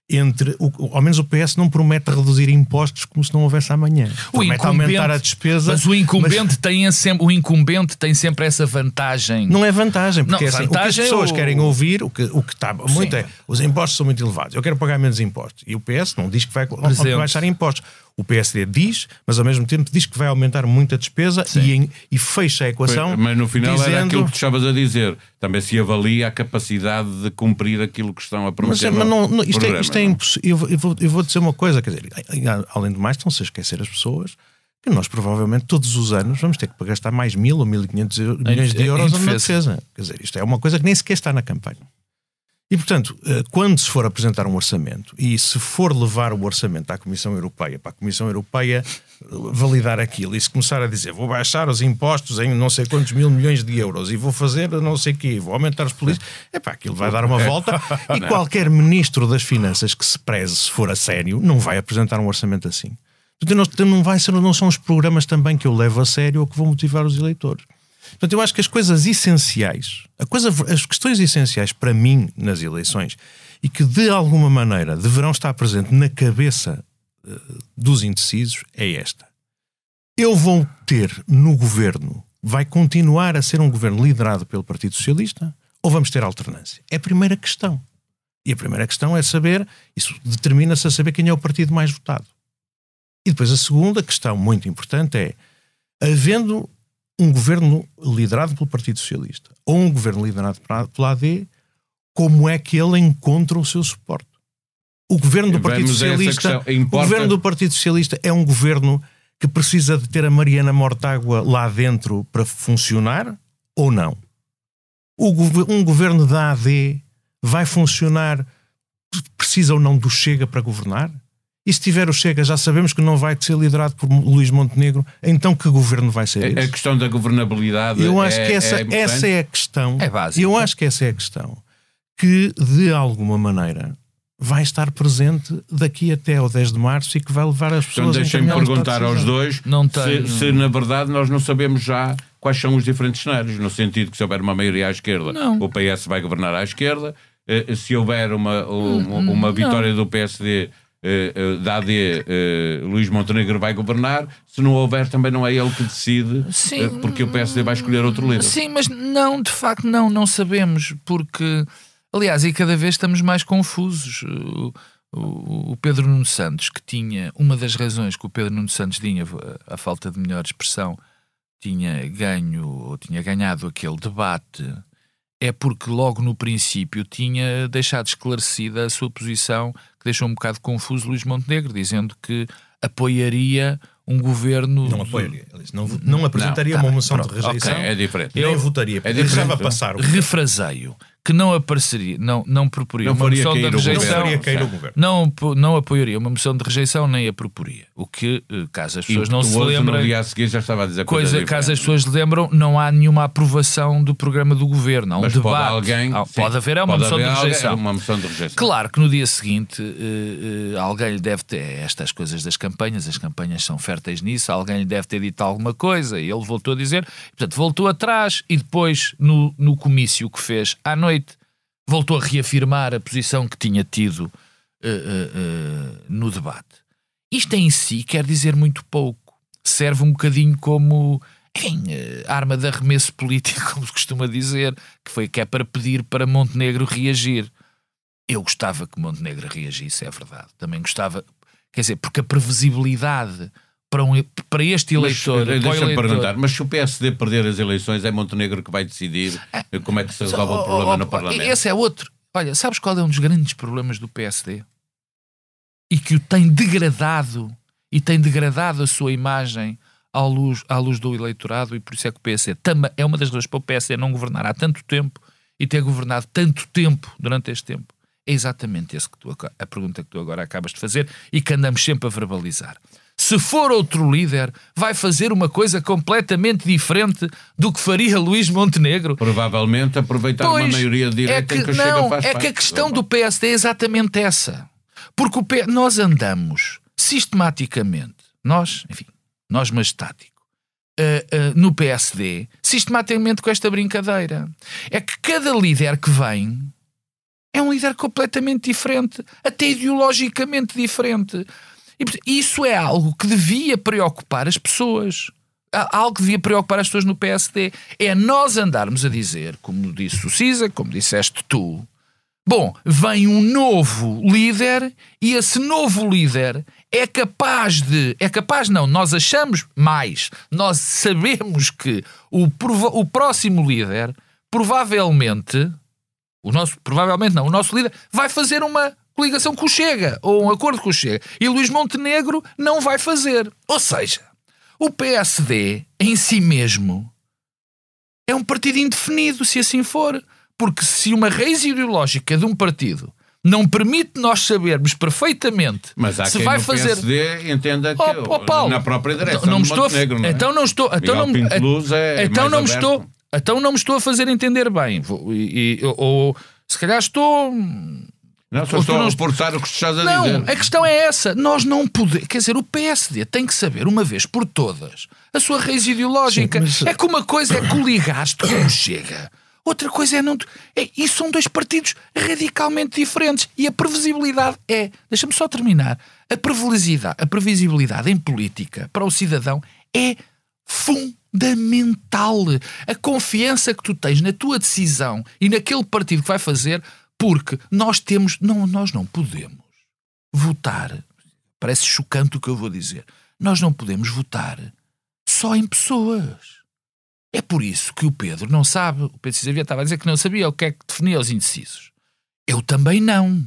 ao menos o PS não promete reduzir impostos como se não houvesse amanhã. Promete aumentar a despesa. Mas o incumbente tem sempre essa vantagem. Não é vantagem, porque o que as pessoas querem ouvir, o que está muito os impostos são muito elevados. Eu quero pagar menos impostos. E o PS não diz que vai baixar impostos. O PSD diz, mas ao mesmo tempo diz que vai aumentar muito a despesa e fecha a equação. Mas no final era aquilo que tu estavas a dizer. Também se avalia a capacidade de cumprir aquilo que estão a prometer. Isto é impossível. Eu vou dizer uma coisa, quer dizer, além do mais, estão-se a esquecer as pessoas que nós provavelmente todos os anos vamos ter que gastar mais 1.000 ou 1.500 milhões de euros na defesa. Quer dizer, isto é uma coisa que nem sequer está na campanha. E, portanto, quando se for apresentar um orçamento e se for levar o orçamento à Comissão Europeia, para a Comissão Europeia validar aquilo e se começar a dizer vou baixar os impostos em não sei quantos mil milhões de euros e vou fazer não sei o quê, vou aumentar os polícias, aquilo vai dar uma volta e qualquer ministro das Finanças que se preze, se for a sério, não vai apresentar um orçamento assim. Portanto, não são os programas também que eu levo a sério ou que vão motivar os eleitores. Portanto, eu acho que as coisas essenciais, as questões essenciais para mim nas eleições e que de alguma maneira deverão estar presentes na cabeça dos indecisos é esta. Eu vou ter no governo, vai continuar a ser um governo liderado pelo Partido Socialista ou vamos ter alternância? É a primeira questão. E a primeira questão é saber, isso determina-se a saber quem é o partido mais votado. E depois a segunda questão muito importante é, havendo um governo liderado pelo Partido Socialista ou um governo liderado pela AD, como é que ele encontra o seu suporte? O governo do Partido Socialista, é um governo que precisa de ter a Mariana Mortágua lá dentro para funcionar ou não? Um governo da AD vai funcionar, precisa ou não do Chega para governar? E se tiver o Chega, já sabemos que não vai ser liderado por Luís Montenegro, então que governo vai ser esse? A questão da governabilidade eu acho que essa é a questão. É básica. Eu acho que essa é a questão que, de alguma maneira, vai estar presente daqui até ao 10 de março e que vai levar as pessoas... Então deixem-me perguntar aos dois se na verdade nós não sabemos já quais são os diferentes cenários, no sentido que se houver uma maioria à esquerda, o PS vai governar à esquerda, se houver uma vitória do PSD... da AD, Luís Montenegro vai governar. Se não houver, também não é ele que decide, porque o PSD vai escolher outro líder. Sim, mas não, de facto não sabemos, porque aliás, e cada vez estamos mais confusos. O Pedro Nuno Santos, que tinha, uma das razões que o Pedro Nuno Santos tinha, a falta de melhor expressão, tinha ganhado aquele debate, é porque logo no princípio tinha deixado esclarecida a sua posição, que deixou um bocado confuso Luís Montenegro, dizendo que apoiaria um governo... Não apoiaria. Não apresentaria uma moção de rejeição. Okay, é diferente. Nem votaria. Deixava passar. Refraseio. Que não apareceria, não proporia uma moção de rejeição, não apoiaria uma moção de rejeição, nem a proporia. O que, caso as pessoas não se lembrem, no dia a seguir já estava a dizer caso as pessoas lembram, não há nenhuma aprovação do programa do governo, há um debate. Pode haver uma moção de rejeição. Claro que no dia seguinte alguém lhe deve ter estas coisas das campanhas, as campanhas são férteis nisso, alguém lhe deve ter dito alguma coisa e ele voltou a dizer, portanto voltou atrás e depois no comício que fez à noite voltou a reafirmar a posição que tinha tido no debate. Isto em si quer dizer muito pouco. Serve um bocadinho como arma de arremesso político, como se costuma dizer, que é para pedir para Montenegro reagir. Eu gostava que Montenegro reagisse, é verdade. Também gostava, quer dizer, porque a previsibilidade para este eleitor... Deixa-me perguntar, mas se o PSD perder as eleições, é Montenegro que vai decidir como é que se resolve o problema no Parlamento? Esse é outro. Olha, sabes qual é um dos grandes problemas do PSD? e que o tem degradado, e tem degradado a sua imagem à luz do eleitorado, e por isso é que o PSD também é uma das razões para o PSD não governar há tanto tempo e ter governado tanto tempo durante este tempo. É exatamente a pergunta que tu agora acabas de fazer e que andamos sempre a verbalizar. Se for outro líder, vai fazer uma coisa completamente diferente do que faria Luís Montenegro. Provavelmente aproveitar uma maioria de direita em que o Chega faz parte. É que a questão do PSD é exatamente essa. Porque nós andamos sistematicamente, nós majestático, no PSD, sistematicamente com esta brincadeira. É que cada líder que vem é um líder completamente diferente, até ideologicamente diferente. E isso é algo que devia preocupar as pessoas. Algo que devia preocupar as pessoas no PSD. É nós andarmos a dizer, como disse o Cisa, como disseste tu, bom, vem um novo líder e esse novo líder nós achamos mais. Nós sabemos que o próximo líder, provavelmente, o nosso líder vai fazer uma coligação com o Chega, ou um acordo com o Chega. E Luís Montenegro não vai fazer. Ou seja, o PSD, em si mesmo, é um partido indefinido, se assim for. Porque se uma raiz ideológica de um partido não permite nós sabermos perfeitamente mas há se quem vai no fazer... PSD entenda que Paulo, na própria direção não do Montenegro, não é? Então não estou... Então não me estou a fazer entender bem. Ou se calhar estou... Não, só estou a reportar o que estás a dizer. Não, a questão é essa. Nós não podemos... Quer dizer, o PSD tem que saber, uma vez por todas, a sua raiz ideológica. Sim, mas... É que uma coisa é coligar-te como Chega. Outra coisa é não... E são dois partidos radicalmente diferentes. E a previsibilidade é... Deixa-me só terminar. A previsibilidade em política para o cidadão é fundamental. A confiança que tu tens na tua decisão e naquele partido que vai fazer... Porque nós não podemos votar, parece chocante o que eu vou dizer, nós não podemos votar só em pessoas. É por isso que o Pedro não sabe, o Pedro Cisa estava a dizer que não sabia o que é que definia os indecisos. Eu também não.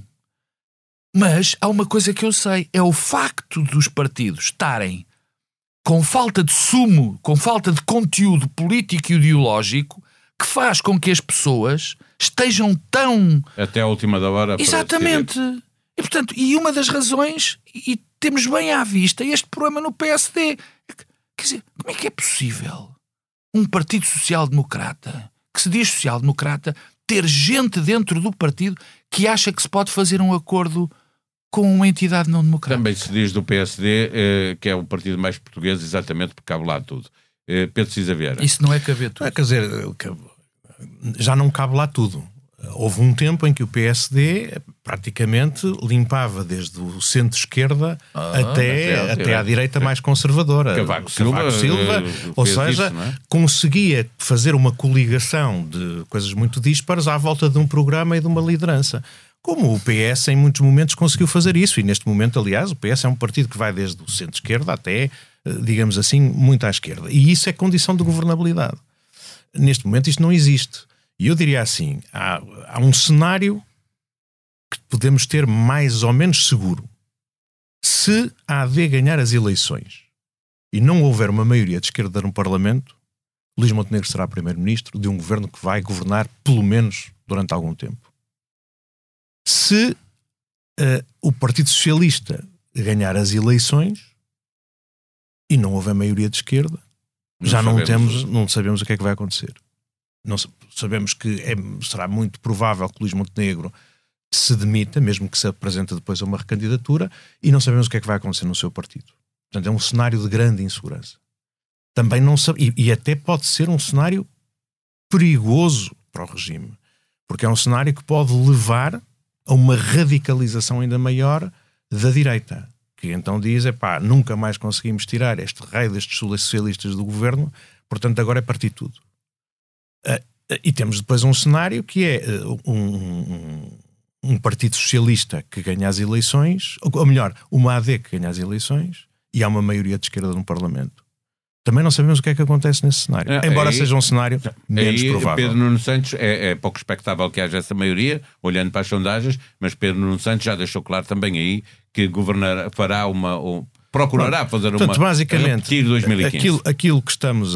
Mas há uma coisa que eu sei, é o facto dos partidos estarem com falta de sumo, com falta de conteúdo político e ideológico, que faz com que as pessoas estejam tão... Até a última da hora. Exatamente. E, portanto, uma das razões, e temos bem à vista, este problema no PSD. Quer dizer, como é que é possível um partido social-democrata, que se diz social-democrata, ter gente dentro do partido que acha que se pode fazer um acordo com uma entidade não democrática? Também se diz do PSD, que é o partido mais português, exatamente porque cabe lá tudo. Pedro Cisa Vieira. Isso não é caber tudo. Quer dizer, já não cabe lá tudo. Houve um tempo em que o PSD praticamente limpava desde o centro-esquerda até à direita mais conservadora. Cavaco Silva, ou seja, conseguia fazer uma coligação de coisas muito díspares à volta de um programa e de uma liderança. Como o PS em muitos momentos conseguiu fazer isso, e neste momento, aliás, o PS é um partido que vai desde o centro-esquerda até, digamos assim, muito à esquerda. E isso é condição de governabilidade. Neste momento isto não existe. E eu diria assim, há um cenário que podemos ter mais ou menos seguro. Se a AD ganhar as eleições e não houver uma maioria de esquerda no Parlamento, Luís Montenegro será primeiro-ministro de um governo que vai governar pelo menos durante algum tempo. Se o Partido Socialista ganhar as eleições e não houver maioria de esquerda, não sabemos o que é que vai acontecer. Não sabemos que será muito provável que Luís Montenegro se demita, mesmo que se apresente depois a uma recandidatura, e não sabemos o que é que vai acontecer no seu partido. Portanto, é um cenário de grande insegurança. Também não sabe, e até pode ser um cenário perigoso para o regime, porque é um cenário que pode levar a uma radicalização ainda maior da direita, que então diz, nunca mais conseguimos tirar este raio destes socialistas do governo, portanto agora é partir tudo. E temos depois um cenário que é um partido socialista que ganha as eleições, ou melhor, uma AD que ganha as eleições, e há uma maioria de esquerda no Parlamento. também não sabemos o que é que acontece nesse cenário. Embora seja um cenário menos provável. Pedro Nuno Santos é pouco expectável que haja essa maioria, olhando para as sondagens, mas Pedro Nuno Santos já deixou claro também aí que procurará fazer portanto, basicamente, repetir 2015. Aquilo que estamos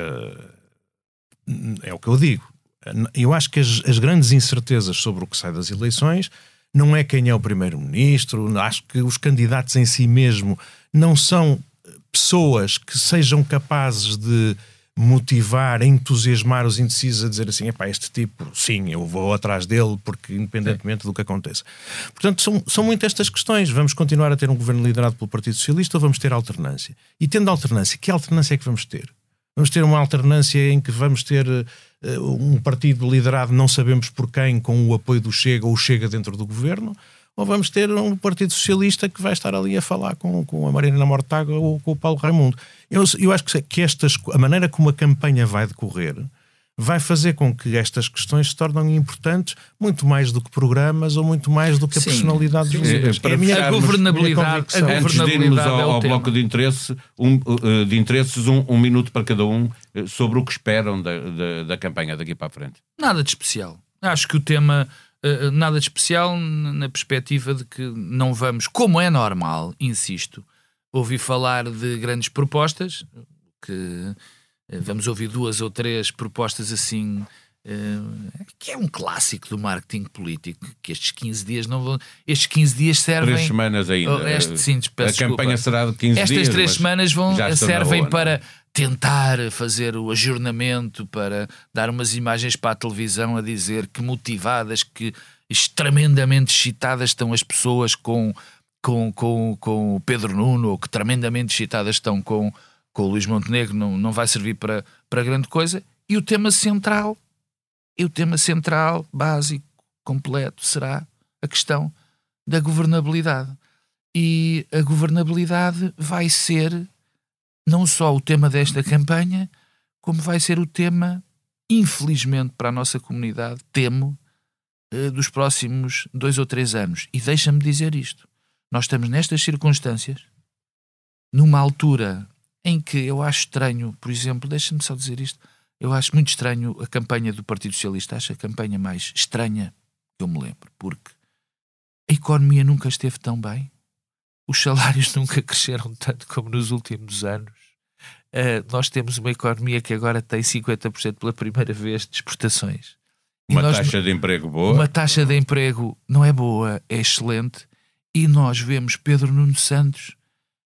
é o que eu digo. Eu acho que as grandes incertezas sobre o que sai das eleições não é quem é o primeiro-ministro, acho que os candidatos em si mesmo não são pessoas que sejam capazes de motivar, entusiasmar os indecisos a dizer assim, este tipo, sim, eu vou atrás dele, porque independentemente do que aconteça. Portanto, são muitas estas questões. Vamos continuar a ter um governo liderado pelo Partido Socialista ou vamos ter alternância? E tendo alternância, que alternância é que vamos ter? Vamos ter uma alternância em que vamos ter um partido liderado não sabemos por quem, com o apoio do Chega ou o Chega dentro do governo, ou vamos ter um Partido Socialista que vai estar ali a falar com a Mariana Mortágua ou com o Paulo Raimundo. Eu acho que a maneira como a campanha vai decorrer vai fazer com que estas questões se tornem importantes muito mais do que programas ou muito mais do que a personalidade dos líderes. A governabilidade. Antes de irmos ao bloco de interesses, um minuto para cada um sobre o que esperam da campanha daqui para a frente. Nada de especial. Acho que o tema... nada de especial na perspectiva de que não vamos, como é normal, insisto, ouvir falar de grandes propostas, que vamos ouvir 2 ou 3 propostas assim, que é um clássico do marketing político, que estes 15 dias não vão... Estes 15 dias servem... 3 semanas ainda. A campanha será de 15 dias. Estas 3 semanas servem para tentar fazer o ajornamento, para dar umas imagens para a televisão a dizer que motivadas, que tremendamente excitadas estão as pessoas com o Pedro Nuno, ou que tremendamente excitadas estão com o Luís Montenegro. Não vai servir para grande coisa. E o tema central, básico, completo, será a questão da governabilidade. E a governabilidade vai ser não só o tema desta campanha, como vai ser o tema, infelizmente para a nossa comunidade, temo, dos próximos 2 ou 3 anos. E deixa-me dizer isto. Nós estamos nestas circunstâncias, numa altura em que eu acho estranho, por exemplo, deixa-me só dizer isto, eu acho muito estranho a campanha do Partido Socialista, acho a campanha mais estranha que eu me lembro, porque a economia nunca esteve tão bem, os salários nunca cresceram tanto como nos últimos anos. Nós temos uma economia que agora tem 50% pela primeira vez de exportações. Taxa de emprego boa. Uma taxa de emprego não é boa, é excelente. E nós vemos Pedro Nuno Santos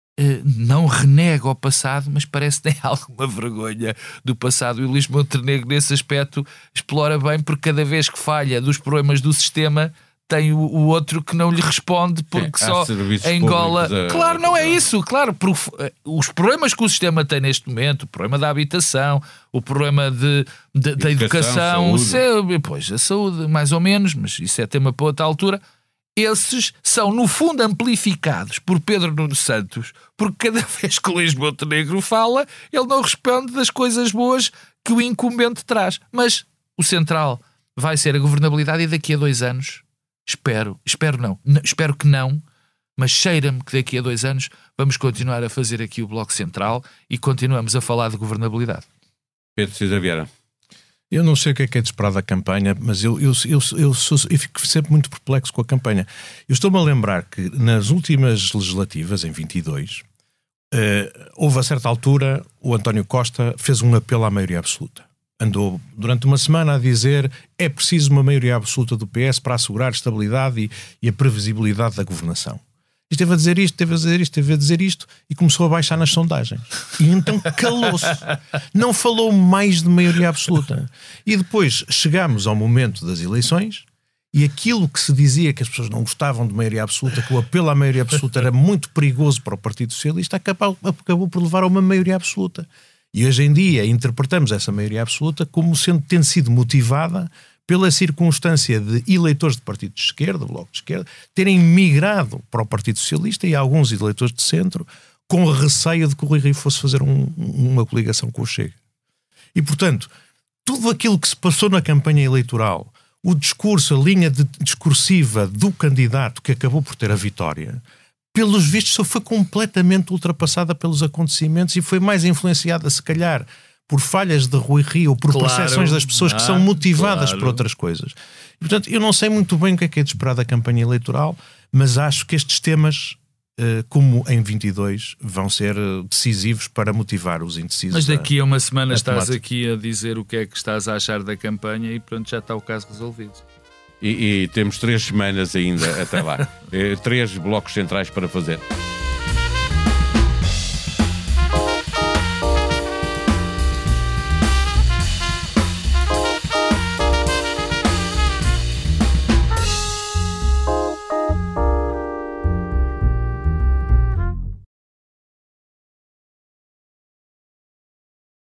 não renega o passado, mas parece que tem alguma vergonha do passado. E o Luís Montenegro, nesse aspecto, explora bem, porque cada vez que falha dos problemas do sistema, tem o outro que não lhe responde, porque só engola. Claro, não é isso. Claro, os problemas que o sistema tem neste momento, o problema da habitação, o problema da educação, a saúde, mais ou menos, mas isso é tema para outra altura. Esses são, no fundo, amplificados por Pedro Nuno Santos, porque cada vez que o Luís Montenegro fala, ele não responde das coisas boas que o incumbente traz. Mas o central vai ser a governabilidade, e daqui a 2 anos, espero que não, mas cheira-me que daqui a 2 anos vamos continuar a fazer aqui o Bloco Central e continuamos a falar de governabilidade. Pedro César Vieira. Eu não sei o que é de esperar da campanha, mas eu fico sempre muito perplexo com a campanha. Eu estou-me a lembrar que nas últimas legislativas, em 22, houve a certa altura, o António Costa fez um apelo à maioria absoluta. Andou durante uma semana a dizer é preciso uma maioria absoluta do PS para assegurar a estabilidade e a previsibilidade da governação. E esteve a dizer isto, e começou a baixar nas sondagens. E então calou-se. Não falou mais de maioria absoluta. E depois chegámos ao momento das eleições, e aquilo que se dizia que as pessoas não gostavam de maioria absoluta, que o apelo à maioria absoluta era muito perigoso para o Partido Socialista, acabou por levar a uma maioria absoluta. E hoje em dia interpretamos essa maioria absoluta como tendo sido motivada pela circunstância de eleitores de partidos de esquerda, Bloco de Esquerda, terem migrado para o Partido Socialista, e alguns eleitores de centro com receio de que o Rui Rio fosse fazer uma coligação com o Chega. E, portanto, tudo aquilo que se passou na campanha eleitoral, o discurso, a linha discursiva do candidato que acabou por ter a vitória, pelos vistos, só foi completamente ultrapassada pelos acontecimentos e foi mais influenciada, se calhar, por falhas de Rui Rio, por percepções das pessoas que são motivadas por outras coisas. E, portanto, eu não sei muito bem o que é de esperar da campanha eleitoral, mas acho que estes temas, como em 22, vão ser decisivos para motivar os indecisos. Mas daqui a uma semana estás aqui a dizer o que é que estás a achar da campanha e pronto, já está o caso resolvido. E temos 3 semanas ainda até lá. 3 blocos centrais para fazer.